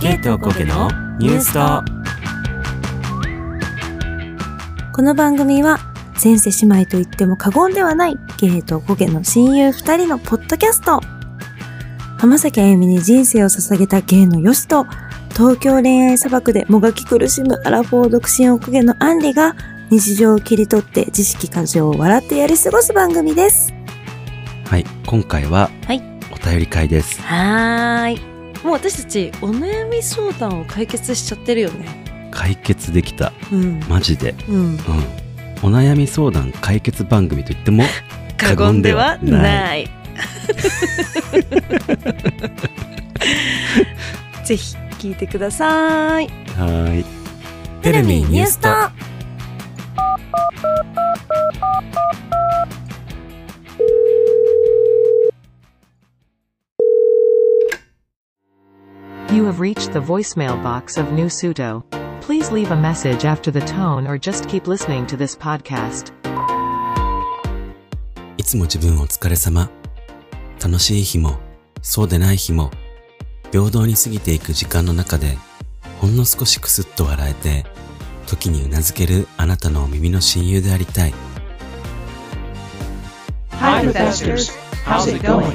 ケイトコケのニュースと。 この番組は前世姉妹と言っても過言ではないゲイとコケの親友2人のポッドキャスト。浜崎あゆみに人生を捧げたゲイのヨシと、東京恋愛砂漠でもがき苦しむアラフォー独身おこげのアンリが日常を切り取って知識過剰を笑ってやり過ごす番組です。 はい、今回はお便り会です。 はーい。もう私たちお悩み相談を解決しちゃってるよね。 解決できた、マジで、お悩み相談解決番組といっても過言ではないぜひ聞いてください。 はい。 テレビニュースと。 You have reached the voicemail box of New Suto. Please leave a message after the tone or just keep listening to this podcast. いつも自分お疲れ様。楽しい日もそうでない日も平等に過ぎていく時間の中でほんの少しクスッと笑えて時にうなずけるあなたの耳の親友でありたい。 Hi Bethesters, how's it going?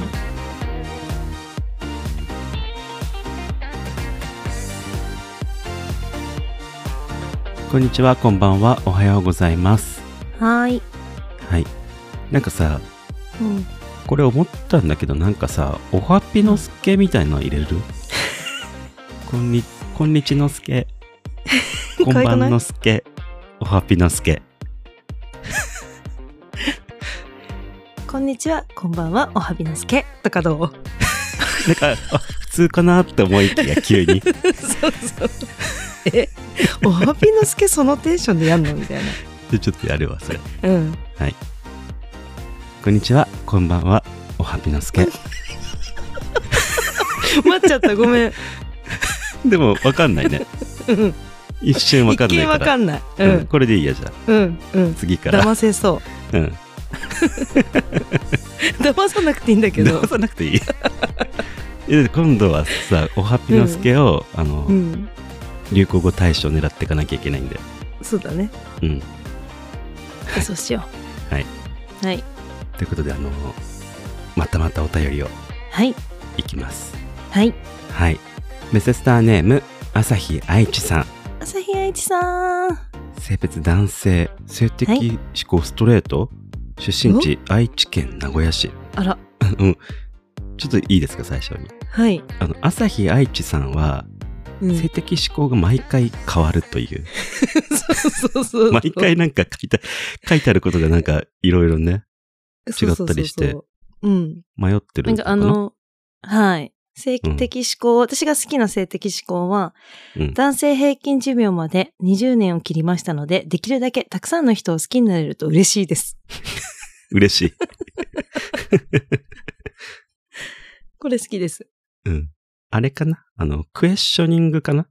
こんにちは、こんばんは、おはようございます。 はい。 はい。なんかさ、これ思ったんだけど、なんかさ、おはぴのすけみたいの入れるこんにちのすけ。こんばんのすけ。おはぴのすけ。 こんにちは、こんばんは、おはびのすけ。とかどう？ なんか、普通かなって思いきや、急に。 そうそう。おはびのすけそのテンションでやんのみたいな。 ちょっとやるわ、それ。はい。こんにちは、こんばんは、おはぴのすけ。 待っちゃった、ごめん。 でも、わかんないね。一瞬わかんないから。 一見わかんない。 これでいいや、じゃあ。次から。 騙せそう。騙さなくていいんだけど。 騙さなくていい。今度はさ、おはぴのすけを、流行語大賞狙っていかなきゃいけないんで。 そうだね。そうしよう。はい。 はい。 ということで、またまたお便りを。 はい。 いきます。 はい。 はい。メセスターネーム、朝日愛知さん。 朝日愛知さん。 性別男性、性的指向ストレート、出身地、愛知県名古屋市。 あら。 ちょっといいですか、最初に。 はい。 朝日愛知さんは、性的指向が毎回変わるという。そう。毎回なんか書いてあることがなんかいろいろね、違ったりして、迷ってるのかな。 はい。性的指向、私が好きな性的指向は、男性平均寿命まで20年を切りましたので、できるだけたくさんの人を好きになれると嬉しいです。 嬉しい。 これ好きです。 あれかな？クエスチョニングかな？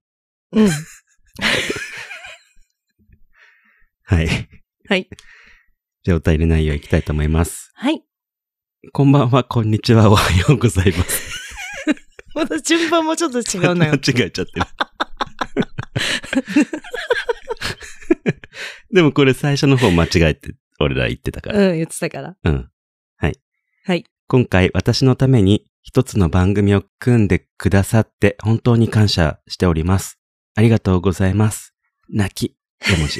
はい。 はい。 じゃあお便り内容いきたいと思います。 はい。 こんばんは、こんにちは、おはようございます。 また順番もちょっと違うなよ。 間違えちゃってる。でもこれ最初の方間違えて、俺ら言ってたから。 言ってたから。 はい。 はい。 今回私のために一つの番組を組んでくださって本当に感謝しております。ありがとうございます。泣き絵文字。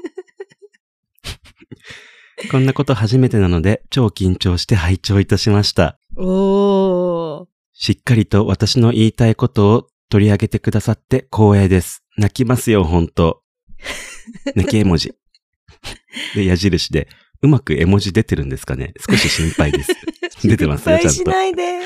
こんなこと初めてなので超緊張して拝聴いたしました。しっかりと私の言いたいことを取り上げてくださって光栄です。泣きますよ、本当。泣き絵文字。で、矢印で、うまく絵文字出てるんですかね？少し心配です。出てますね、ちゃんと。 心配しないで。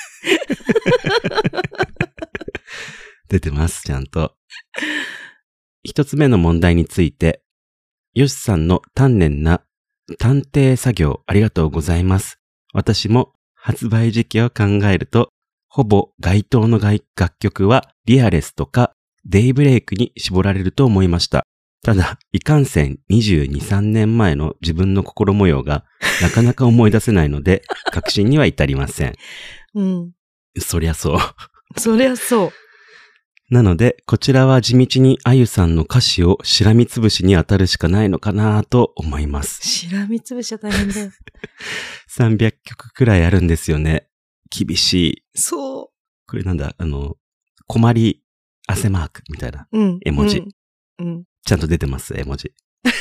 出てます、ちゃんと。一つ目の問題について、ヨシさんの丹念な探偵作業ありがとうございます。私も発売時期を考えると、ほぼ該当の楽曲はリアレスとかデイブレイクに絞られると思いました。ただ、いかんせん22、3年前の自分の心模様がなかなか思い出せないので、確信には至りません。 うん。 そりゃそう。 そりゃそう。 なので、こちらは地道にあゆさんの歌詞をしらみつぶしに当たるしかないのかなと思います。 しらみつぶしは大変だよ。 300曲くらいあるんですよね。厳しい。 そう。 これなんだ、困り汗マークみたいな絵文字。ちゃんと出てます、絵文字。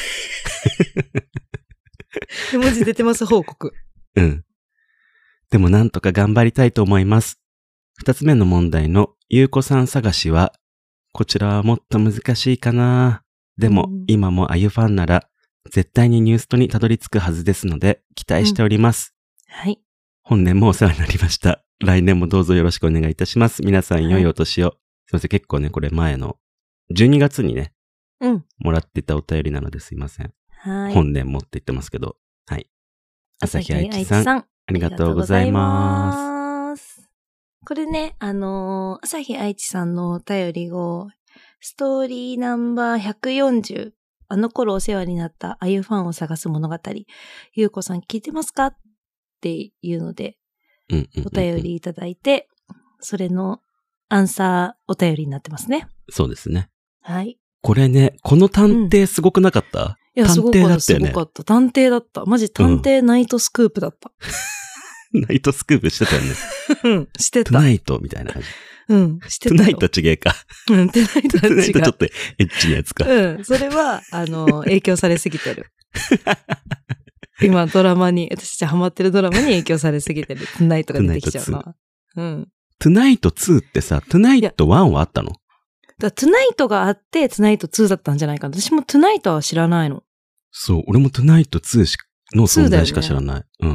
絵文字出てます、報告。 うん。でもなんとか頑張りたいと思います。2つ目の問題のゆうこさん探しは、こちらはもっと難しいかな。でも、今もあゆファンなら、絶対にニューストにたどり着くはずですので、期待しております。 はい。 本年もお世話になりました。来年もどうぞよろしくお願いいたします。皆さん良いお年を。すいません、結構ね、これ前の12月にね、もらっていたお便りなのですいません。 はい。 本年もって言ってますけど、はい。朝日愛知さん、ありがとうございます。 これね、朝日愛知さんのお便りを、ストーリーナンバー140、あの頃お世話になったあゆファンを探す物語、ゆうこさん聞いてますかっていうので、お便りいただいて、それのアンサーお便りになってますね。 そうですね。 はい。 これね、この探偵すごくなかった？ いや、 探偵だったよね。 すごかった。探偵だった。マジ探偵ナイトスクープだった。 ナイトスクープしてたよね。 うん、してた。 トゥナイトみたいな感じ。 うん、してた。 トゥナイト違えか。 うん、トゥナイトは違う。 トゥナイトちょっとエッチなやつか。 うん、それは、影響されすぎてる。今、ドラマに、私たちハマってるドラマに影響されすぎてる。トゥナイトが出てきちゃうな。うん。 トゥナイト2ってさ、トゥナイト1はあったの？ だトゥナイトがあって、トゥナイト2だったんじゃないかな。私もトゥナイトは知らないの。 そう、俺もトゥナイト2の存在しか知らない。 うん。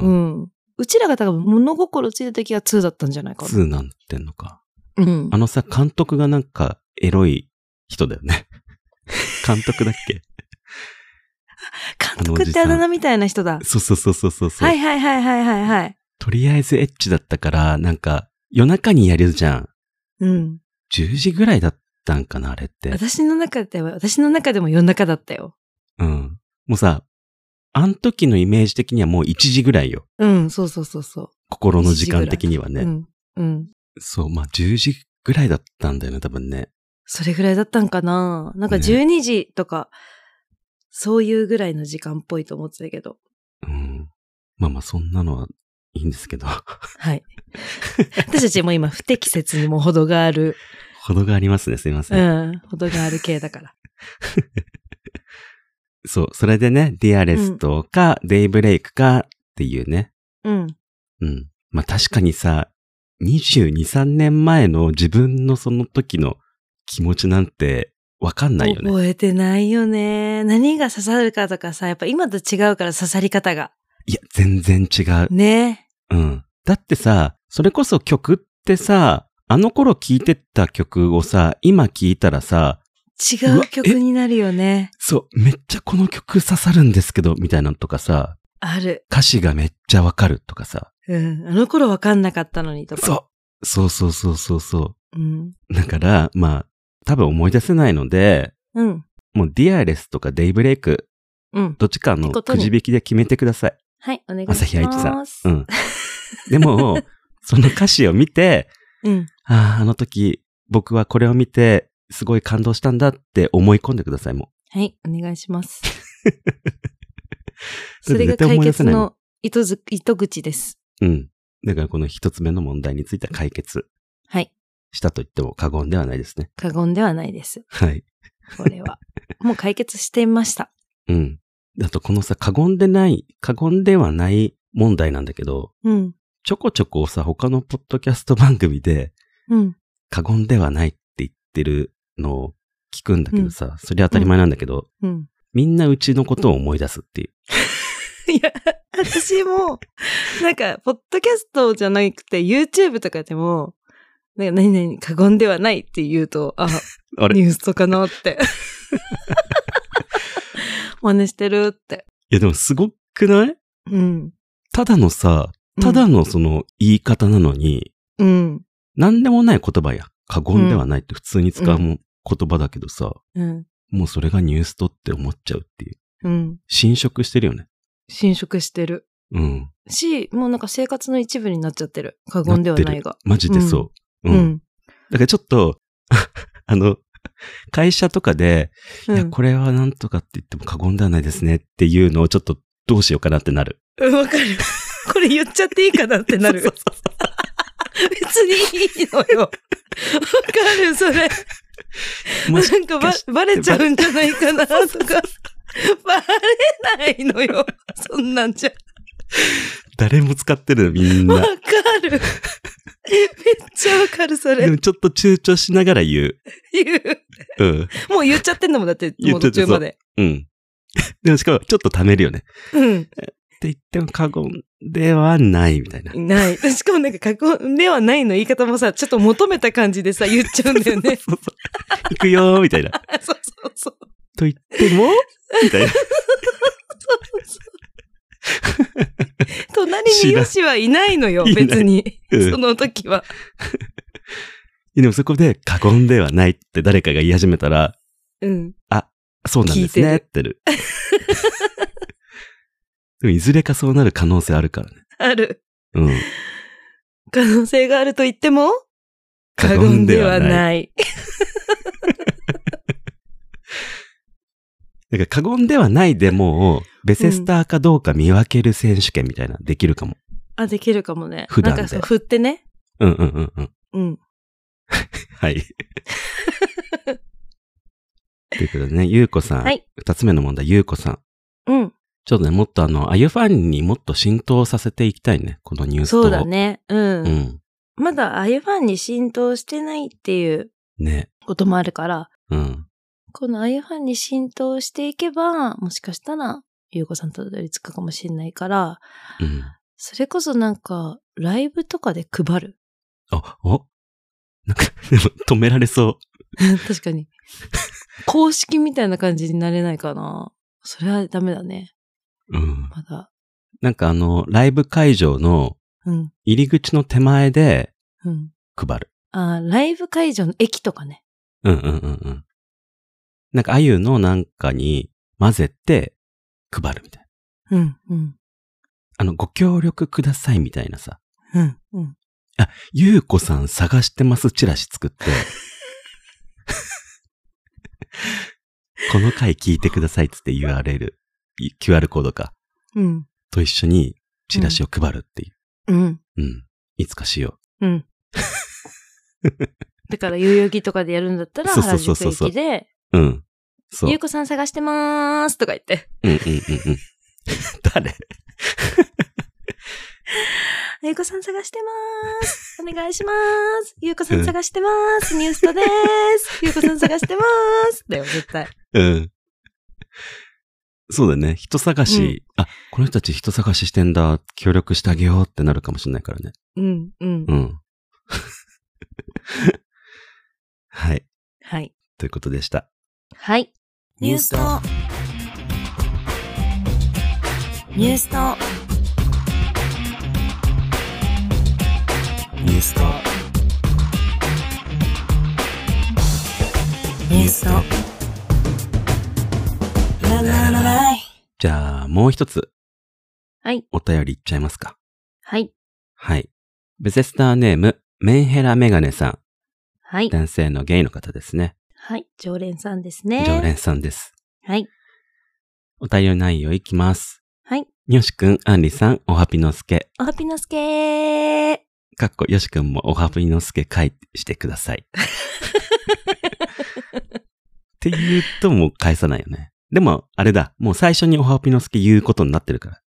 うちらが多分物心ついた時は2だったんじゃないかな。 2なんてんのか。 うん。 さ、監督がなんか、エロい人だよね。監督だっけ？ 監督ってあだ名みたいな人だ。 そう。 はい。 とりあえずエッチだったから、なんか、夜中にやるじゃん。 うん。 10時ぐらいだったんかな、あれって。 私の中でも夜中だったよ。 うん。もうさ、あん時のイメージ的にはもう1時ぐらいよ。 うん、そう。 心の時間的にはね。 うん。 そう、まあ10時ぐらいだったんだよね、多分ね。 それぐらいだったんかな。なんか12時とか、そういうぐらいの時間っぽいと思ってたけど。 うん。まあそんなのはいいんですけど。 はい。私たちも今不適切にも程がある。 程がありますね、すいません。 うん。程がある系だから。 そう、それでね、ディアレストか、デイブレイクかっていうね。 うん。 まあ確かにさ、22、3年前の自分のその時の気持ちなんてわかんないよね。 覚えてないよね。何が刺さるかとかさ、やっぱ今と違うから刺さり方が。 いや、全然違う。 ね。 うん。だってさ、それこそ曲ってさ、あの頃聴いてた曲をさ、今聴いたらさ、 違う曲になるよね。 そう、めっちゃこの曲刺さるんですけど、みたいなのとかさ。 ある。 歌詞がめっちゃわかるとかさ。 うん。あの頃わかんなかったのにとか。 そう。 うん。 だから、まあ、多分思い出せないので、 うん。 もうディアレスとかデイブレイク、 うん。 どっちかのくじ引きで決めてください。 はい、お願いします。 朝日愛知さん。うん。でも、その歌詞を見て、 うん。 あの時、僕はこれを見て、すごい感動したんだって思い込んでください、もう。はい、お願いします。それが解決の糸口です。 うん。だからこの一つ目の問題については解決。 はい。 したと言っても過言ではないですね。 過言ではないです。 はい。 これは。もう解決してみました。 うん。あとこのさ、過言ではない問題なんだけど、 うん。 ちょこちょこさ、他のポッドキャスト番組で、 うん。 過言ではないって言ってるのを聞くんだけどさ、それ当たり前なんだけど、 うん。 みんなうちのことを思い出すっていう。 いや、私も、なんか、ポッドキャストじゃなくて YouTube とかでも、なんか何々過言ではないって言うと、あニュースとかなって。真似してるって。 いやでもすごくない？ うん。 ただのその言い方なのに、 うん。 なんでもない言葉や。過言ではないって普通に使う言葉だけどさ、 うん。 もうそれがニュースとって思っちゃうっていう。 うん。 侵食してるよね。 侵食してる。 うん。 もうなんか生活の一部になっちゃってる。過言ではないが。 マジでそう。 うん。 だからちょっと、 会社とかで、いや、これはなんとかって言っても過言ではないですねっていうのをちょっとどうしようかなってなる。 わかる。これ言っちゃっていいかなってなる。 そう別にいいのよ。わかる、それ。なんかバレちゃうんじゃないかなとか。バレないのよ。そんなんじゃ。 誰も使ってるのみんな。 わかる。めっちゃわかる、それ。 でもちょっと躊躇しながら言う。うん。 もう言っちゃってんのもだって、もう途中まで。 うん。でもしかもちょっと貯めるよね。 うん。 って言っても過言ではないみたいな。 ない。しかもなんか過言ではないの言い方もさ、ちょっと求めた感じでさ、言っちゃうんだよね。 そう。行くよーみたいな。 そう。 と言ってもみたいな。 隣にヨシはいないのよ、別に。その時は。 でもそこで過言ではないって誰かが言い始めたら、 うん。 あ、そうなんですねってる。でもいずれかそうなる可能性あるからね。 ある。 うん。 可能性があると言っても過言ではない。 だから過言ではないでもう、ベセスターかどうか見分ける選手権みたいなできるかも。 あ、できるかもね。 普段で。 なんかそう、振ってね。 うん。 うん。 はい。ということでね、ゆうこさん。 はい。 二つ目の問題、ゆうこさん。 うん。 ちょっとね、もっとあゆファンにもっと浸透させていきたいね、このニュースと。 そうだね。うん。 うん。 まだあゆファンに浸透してないっていうね。 こともあるから、 うん。 このあゆファンに浸透していけば、もしかしたら、ゆうこさんとたどり着くかもしれないから、 うん。 それこそなんか、ライブとかで配る。 なんか、でも止められそう。 確かに。公式みたいな感じになれないかな。それはダメだね。 うん。 まだ。 なんかライブ会場の入り口の手前で配る。 ライブ会場の駅とかね。 うん。なんかあゆのなんかに混ぜて配るみたいな。 ご協力くださいみたいなさ。ゆうこさん探してますチラシ作って。この回聞いてくださいっつって URL、QR コードか。と一緒にチラシを配るっていう。いつかしよう。 だから代々木とかでやるんだったら原宿駅で、 そう。 ゆうこさん探してまーすとか言って。 誰ゆうこさん探してまーす。お願いしまーす。ゆうこさん探してまーす。ニューストでーす。ゆうこさん探してまーす。だよ、絶対。 そうだね。人探し、この人たち人探ししてんだ。協力してあげようってなるかもしれないからね。はい。 はい。 ということでした。 はい。 ニュースとニュースとニュースとニュースとラララライ。 じゃあ、もう一つ。 はい。 お便りいっちゃいますか。 はい。 はい。ベセスターネーム、メンヘラメガネさん。 はい。 男性のゲイの方ですね。 はい。常連さんですね。 常連さんです。 はい。 お便り内容いきます。 はい。 よしくん、あんりさん、おはぴのすけ。 おはぴのすけー。 かっこよしくんもおはぴのすけ返してください。って言うともう返さないよね。でも、あれだ。もう最初におはぴのすけ言うことになってるから。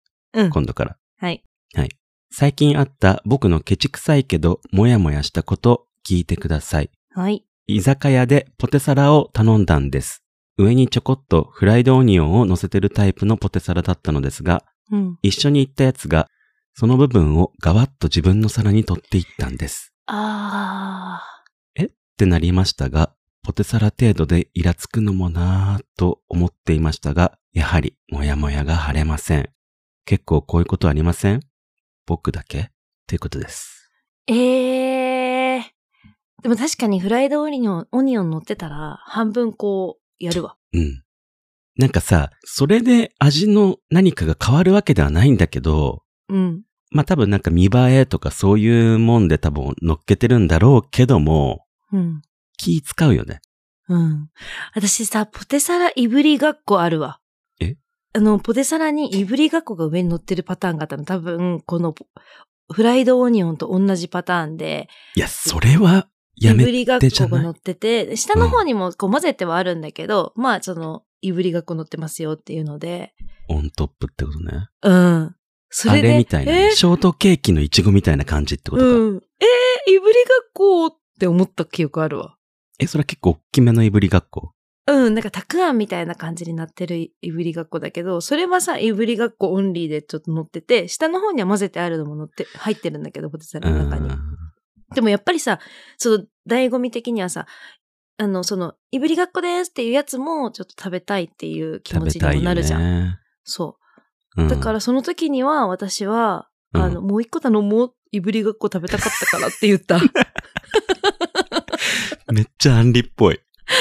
今度から。 はい。 はい。最近あった僕のケチくさいけど、もやもやしたこと聞いてください。 はい。 居酒屋でポテサラを頼んだんです。上にちょこっとフライドオニオンを乗せてるタイプのポテサラだったのですが、一緒に行ったやつが、その部分をガワッと自分の皿に取っていったんです。ってなりましたが、ポテサラ程度でイラつくのもなぁと思っていましたが、やはりもやもやが晴れません。結構こういうことありません？僕だけ？ということです。 でも確かにフライドオニオン乗ってたら、半分こう、やるわ。 なんかさ、それで味の何かが変わるわけではないんだけど、まあ多分なんか見栄えとかそういうもんで多分乗っけてるんだろうけども、気使うよね。 うん。私さ、ポテサラいぶりがっこあるわ。 え？ ポテサラにいぶりがっこが上に乗ってるパターンが多分、この、フライドオニオンと同じパターンで。 いや、それは、やめいぶりがってじゃない？ こが乗ってて、下の方にもこう混ぜてはあるんだけど、まあ、いぶりがっこ乗ってますよっていうので。 オントップってことね。 うん。それで。 あれみたいな、ショートケーキのいちごみたいな感じってことか。 うん。いぶりがっこって思った記憶あるわ。 それは結構大きめのいぶりがっこ？ うん、なんかたくあんみたいな感じになってるいぶりがっこだけど、それはさ、いぶりがっこオンリーでちょっと乗ってて、下の方には混ぜてあるのも入ってるんだけど、ポテサラの中に。でもやっぱりさ、醍醐味的にはさ、いぶりがっこですっていうやつもちょっと食べたいっていう気持ちにもなるじゃん。 食べたいよね。 そう。だからその時には私は、もう一個頼もう、いぶりがっこ食べたかったからって言った。 めっちゃアンリっぽい。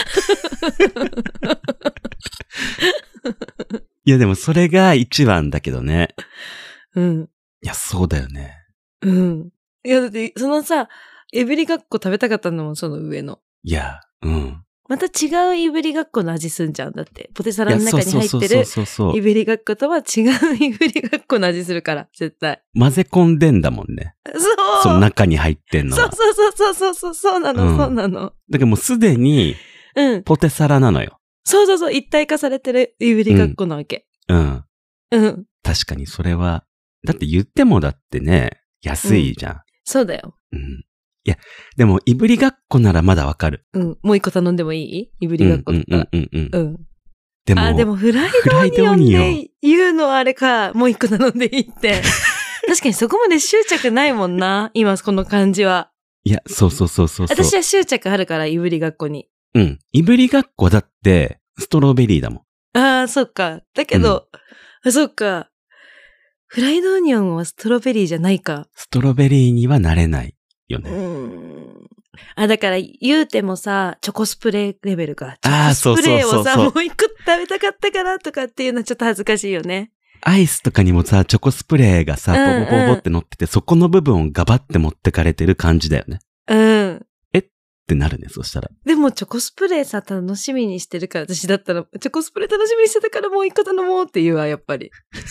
いやでもそれが一番だけどね。 うん。 いや、そうだよね。 うん。いや、だって、いぶりがっこ食べたかったんだもん、その上の。 いや、うん。 また違ういぶりがっこの味すんじゃん。だって、ポテサラの中に入ってるいぶりがっことは違ういぶりがっこの味するから、絶対。 混ぜ込んでんだもんね。 そう。 その中に入ってんのは。 そうなの、そうなの。 だからもうすでに、ポテサラなのよ。 そう、一体化されてるいぶりがっこなわけ。 うん。確かにそれは、だって言ってもだってね、安いじゃん。 そうだよ。 うん。いや、でも、いぶりがっこならまだわかる。 うん。もう一個頼んでもいい？いぶりがっこだったら。でも、フライドオニオンで言うのはあれか、もう一個頼んでいいって。確かにそこまで執着ないもんな、今この感じは。 いや、そう。 私は執着あるから、いぶりがっこに。 うん。いぶりがっこだって、ストロベリーだもん。 ああ、そっか。だけど、そっか。フライドオニオンはストロベリーじゃないか。 ストロベリーにはなれないよね。 だから言うてもさ、チョコスプレーレベルか。チョコスプレーをさ、もう一個食べたかったからとかっていうのはちょっと恥ずかしいよね。 アイスとかにもさ、チョコスプレーがさ、ボボボボって乗ってて、そこの部分をガバって持ってかれてる感じだよね。ってなるね、そしたら。 でもチョコスプレーさ、楽しみにしてるから、私だったら、チョコスプレー楽しみにしてたからもう一個頼もうって言うわ、やっぱり。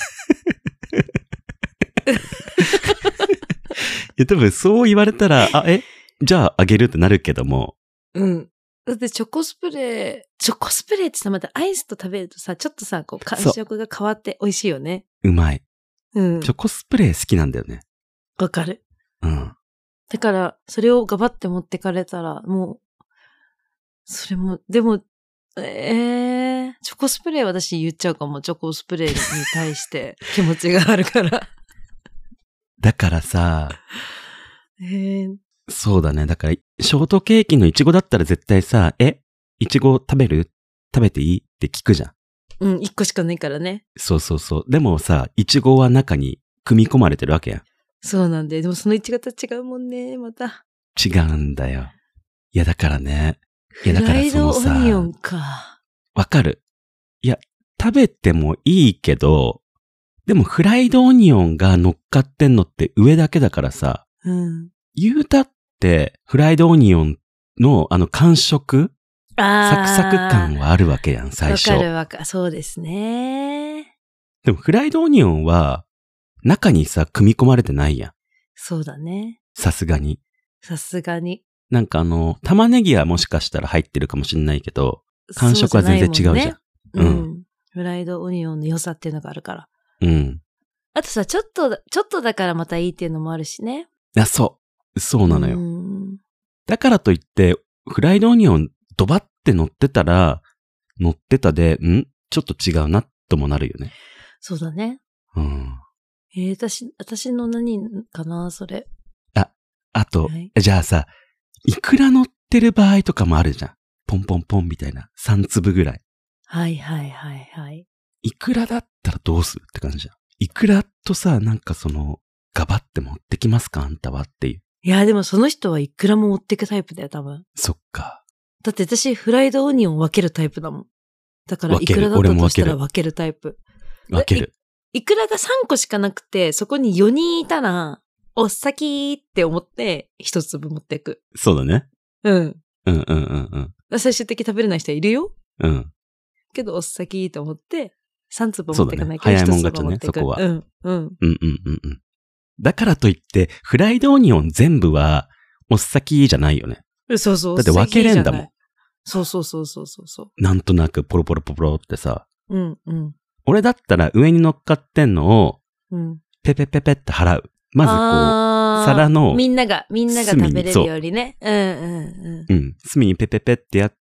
いや、多分そう言われたら、じゃああげるってなるけども。 うん。だってチョコスプレーってさ、またアイスと食べるとさ、ちょっとさ、こう感触が変わって美味しいよね。 うまい。 うん。 チョコスプレー好きなんだよね。 わかる。 うん。 だから、それをガバって持ってかれたら、もう、それも、でも、チョコスプレー私言っちゃうかも。チョコスプレーに対して気持ちがあるから。 だからさ、そうだね。だから、ショートケーキのイチゴだったら絶対さ、イチゴ食べていいって聞くじゃん。 うん、一個しかないからね。 そう。でもさ、イチゴは中に組み込まれてるわけやん。 そうなんで。でもそのイチゴと違うもんね、また。 違うんだよ。いや、だからね。 フライドオニオンか。 わかる。いや、食べてもいいけど、でもフライドオニオンが乗っかってんのって上だけだからさ、言うたってフライドオニオンの感触、サクサク感はあるわけやん、最初。 わかる。そうですね。 でもフライドオニオンは中にさ、組み込まれてないやん。 そうだね。 さすがに。なんか玉ねぎはもしかしたら入ってるかもしれないけど、感触は全然違うじゃん。 うん。フライドオニオンの良さっていうのがあるから。 うん。 あとさ、ちょっとだからまたいいっていうのもあるしね。 いや、そうなのよ。だからといって、フライドオニオンドバって乗ってたら、乗ってたで、ちょっと違うなともなるよね。 そうだね。 うん。 私の何かな、それ。 あと、じゃあさ、いくら乗ってる場合とかもあるじゃん。ポンポンポンみたいな。3粒ぐらい。 はい。 いくらだったらどうするって感じじゃん。いくらとさ、なんかガバって持ってきますかあんたはっていう。 いや、でもその人はいくらも持ってくタイプだよ、多分。 そっか。 だって私、フライドオニオン分けるタイプだもん。だから、いくらだったとしたら分けるタイプ。 分ける。 いくらが3個しかなくて、そこに4人いたら、おっさきって思って、1粒持っていく。 そうだね。 うん。 最終的に食べれない人はいるよ。 うん。 けど、お先と思って、3粒そうだね持ってかない。けど、 早いもん 1 勝ちね粒持ってくそこはうん。 うんうんうんうん。だからといって、フライドオニオン全部は、おっさきじゃないよね。 そうそう。 だって分けれんだもんお先じゃない。そうそうそうそうそう。 なんとなくポロポロポロってさ。 うんうん。 俺だったら上に乗っかってんのを、 うん。 ペペペペって払う。まずこう、 あー皿のみんなが食べれるよりね。うんうんうん。 うん。隅にペペペってやって、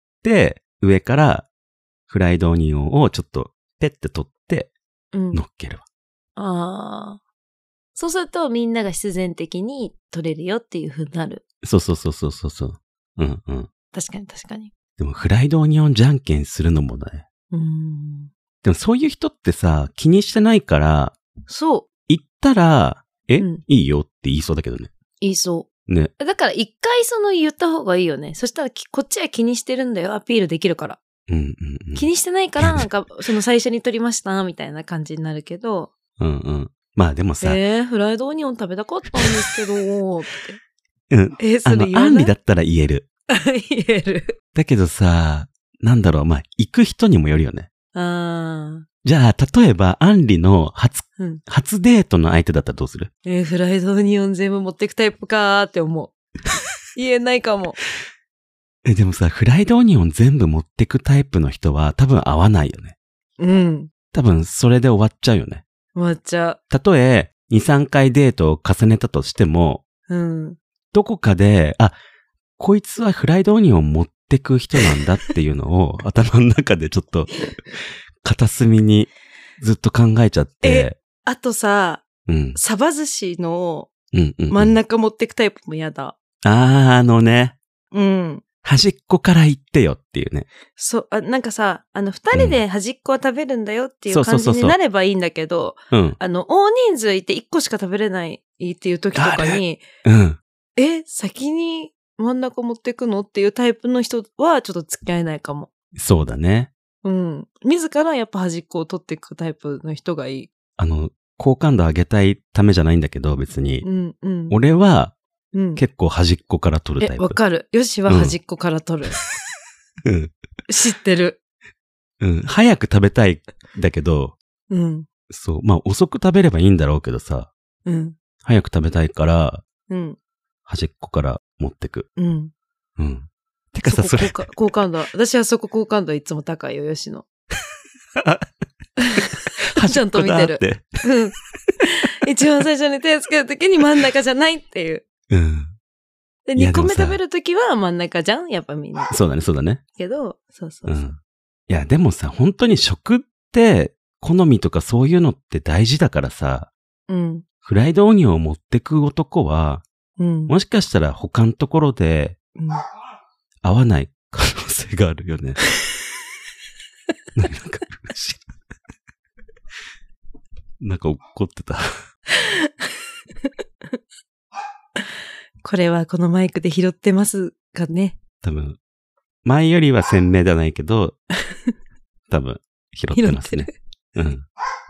上からフライドオニオンをちょっとペッて取ってうん乗っけるわ。 ああ。そうするとみんなが必然的に取れるよっていう風になる。 そうそうそうそうそうそう。うんうん。 確かに確かに。 でもフライドオニオンじゃんけんするのもね。でもそういう人ってさ、気にしてないから、 そう。 言ったら、 うんいいよって言いそうだけどね。 言いそね。 う。だから一回言った方がいいよね。そしたらこっちは気にしてるんだよ。アピールできるから。 うんうんうん。 気にしてないから、なんか、最初に取りましたみたいな感じになるけど。 うんうん。まあでもさ。 フライドオニオン食べたかったんですけど、って。 うん。 それ言わない？ アンリだったら言える。 言える。 だけどさ、なんだろう、まあ、行く人にもよるよね。じゃあ、例えば、アンリの初デートの相手だったらどうする？ フライドオニオン全部持ってくタイプかーって思う。言えないかも。 でもさ、フライドオニオン全部持ってくタイプの人は多分合わないよね。 うん。 多分それで終わっちゃうよね。 終わっちゃう。 たとえ、2、3回デートを重ねたとしても、 うん。 どこかで、こいつはフライドオニオン持ってく人なんだっていうのを頭の中でちょっと片隅にずっと考えちゃって。 あとさ、 うん。 サバ寿司のうんうんうん、 真ん中持ってくタイプも嫌だ。 ね。 うん。 端っこから行ってよっていうね。 そう、なんかさ、二人で端っこは食べるんだよっていう感じになればいいんだけど、 うん。 大人数いて1個しか食べれないっていう時とかに、 うん。 先に真ん中持ってくのっていうタイプの人はちょっと付き合えないかも。 そうだね。 うん。自らやっぱ端っこを取っていくタイプの人がいい。 好感度上げたいためじゃないんだけど、別に。 うんうん。 俺は、 うん、 結構端っこから取るタイプ。 わかる。よしは端っこから取る。 うん。 知ってる。 うん。早く食べたいだけど、 うん。 そう。まあ遅く食べればいいんだろうけどさ。 うん。 早く食べたいから、 うん。 端っこから持ってく。 うん。 うん。てかさ、それ。 好感度。私はそこ好感度いつも高いよ、よしの。ちゃんと見てる。うん。一番最初に手をつけるときに真ん中じゃないっていう。 うん。 で、2個目食べるときは真ん中じゃんやっぱみんな。 そうだね、そうだね。 けど、そうそうそう。うん、 いや、でもさ、本当に食って、好みとかそういうのって大事だからさ。 うん。 フライドオニオンを持ってく男は、 うん、もしかしたら他のところで、合わない可能性があるよね。なんか怒ってた。 これはこのマイクで拾ってますかね。 多分、前よりは鮮明ではないけど、多分、拾ってますね。うん。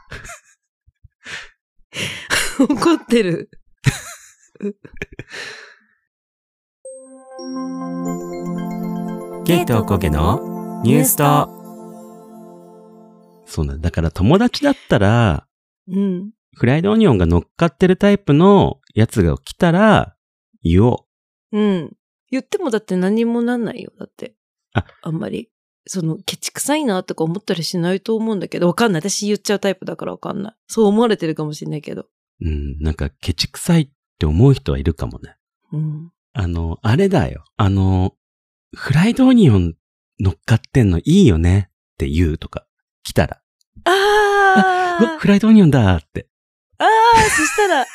怒ってる。 ゲイとおこげのニュースと。そうなんだ。だから友達だったら、 うん。 フライドオニオンが乗っかってるタイプのやつが来たら、言おう。うん。言ってもだって何もなんないよ。だって。あんまり。ケチくさいなとか思ったりしないと思うんだけど、わかんない。私言っちゃうタイプだからわかんない。そう思われてるかもしれないけど。 うん。なんかケチくさいって思う人はいるかもね。 うん。 あれだよ。フライドオニオン乗っかってんのいいよねって言うとか、来たら。フライドオニオンだーって。 そしたら、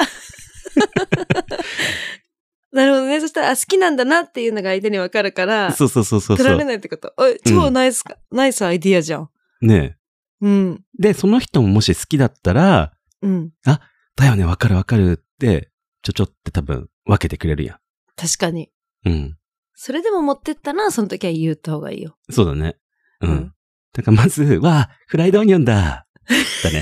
なるほどね。そしたら、好きなんだなっていうのが相手にわかるから、 そう。取られないってこと。超ナイスアイディアじゃん。 ねえ。うん。 で、その人ももし好きだったら、 うん。 だよね、わかるって、ちょって多分分けてくれるやん。 確かに。 うん。 それでも持ってったら、その時は言った方がいいよ。 そうだね。うん。だからまずは、フライドオニオンだね。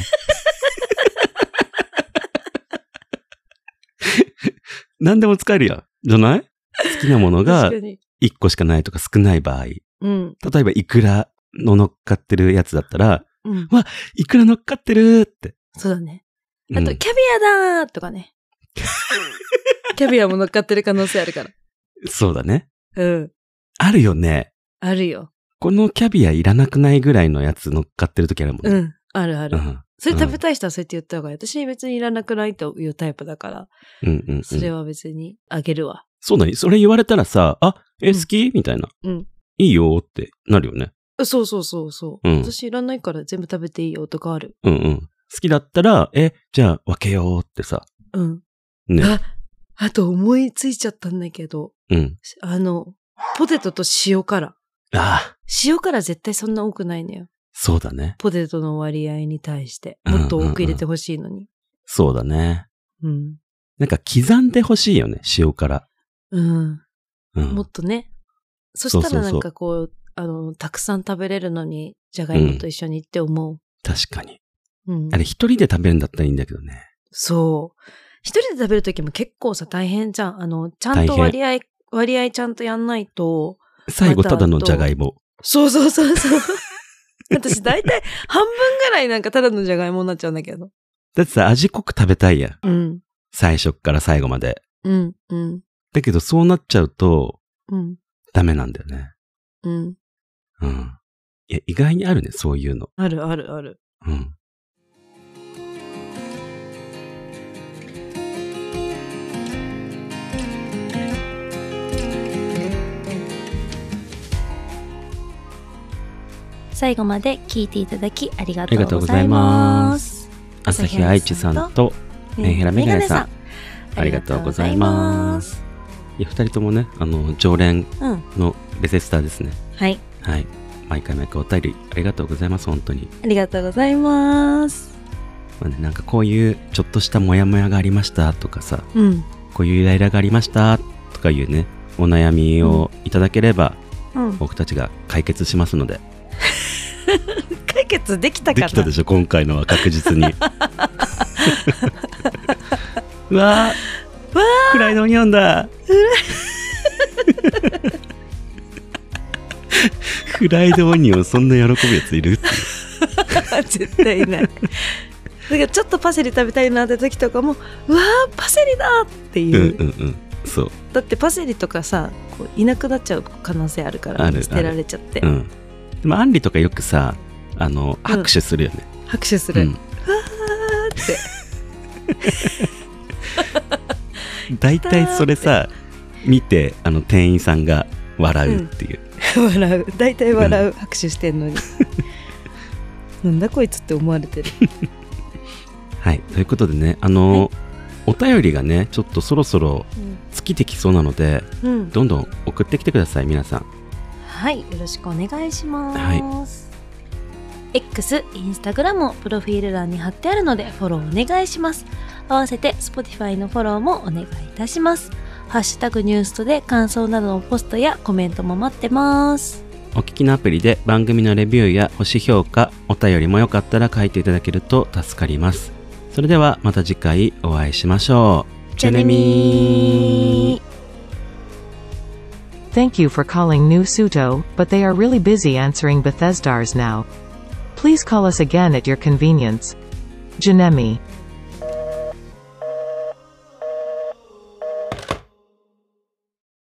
何でも使えるやん。じゃない？好きなものが1個しかないとか少ない場合。 うん。 例えばイクラの乗っかってるやつだったら、 うん。 イクラ乗っかってるって。 そうだね。 うんあと、キャビアだーとかね。キャビアも乗っかってる可能性あるから。 そうだね。 うん。 あるよね。 あるよ。 このキャビアいらなくないぐらいのやつ乗っかってる時あるもんね。 うん。あるある。 うん。 それ食べたい人はそうやって言った方がいい。私別にいらなくないというタイプだから。 うんうんうん。 それは別にあげるわ。 そうだね。それ言われたらさ、好うんきみたいな。 うん。 いいよってなるよね。 そうそうそうそう。 うん私いらないから全部食べていいよとかある。 うんうん。好きだったら、じゃあ分けようってさ。 うん。 ね。 あと思いついちゃったんだけど。 うん。 ポテトと塩辛。 ああ。 塩辛絶対そんな多くないのよ。 そうだね。 ポテトの割合に対して。もっと多く入れてほしいのに。 そうだね。 うん。 なんか刻んでほしいよね、塩辛。 うん。 うん。 もっとね。そしたらなんかこう、たくさん食べれるのに、じゃがいもと一緒にって思う。確かに。 うん。 あれ一人で食べるんだったらいいんだけどね。 そう。一人で食べるときも結構さ、大変じゃん。ちゃんと割合ちゃんとやんないと。 最後ただのじゃがいも。 そうそうそうそう。私大体半分ぐらいなんかただのじゃがいもになっちゃうんだけど。 だってさ、味濃く食べたいやん。 うん。 最初から最後まで。 うん、うん。 だけどそうなっちゃうと、 うん。 ダメなんだよね。 うん。 うん。いや、意外にあるね、そういうの。 あるあるある。 うん。 最後まで聞いていただきありがとうございます。 朝日愛知さんとメンヘラメガネさん、ありがとうございます。いや、二人ともね、常連のベセスターですね。はい。はい。毎回お便りありがとうございます、本当に。ありがとうございます。まあね、なんかこういうちょっとしたモヤモヤがありましたとかさ、うん、こういうイライラがありましたとかいうね、お悩みをいただければ、うん、僕たちが解決しますので。解決できたかな。できたでしょ、今回のは確実に。うわー、フライドオニオンだ。フライドオニオン、そんな喜ぶやついるって絶対いない。だからちょっとパセリ食べたいなって時とかも、うわーパセリだっていう、うんうんうん、そう。だってパセリとかさ、こういなくなっちゃう可能性あるから、捨てられちゃって。うん、でもアンリとかよくさ、拍手するよね。拍手する。うん、わーって。大体それさ、見て店員さんが笑うっていう。笑う。大体笑う、拍手してんのに。なんだこいつって思われてる。はい。ということでね、はい、お便りがね、ちょっとそろそろ尽きてきそうなので、うん、どんどん送ってきてください、皆さん。はい。よろしくお願いします。はい。X、インスタグラムもプロフィール欄に貼ってあるのでフォローお願いします。合わせて Spotify のフォローもお願いいたします。ハッシュタグニュースとで感想などのポストやコメントも待ってます。お聞きのアプリで番組のレビューや星評価、お便りもよかったら書いていただけると助かります。それではまた次回お会いしましょう。じゃねみー。Thank you for calling New Suto, but they are really busy answering Bethesda's now. Please call us again at your convenience. Janemi.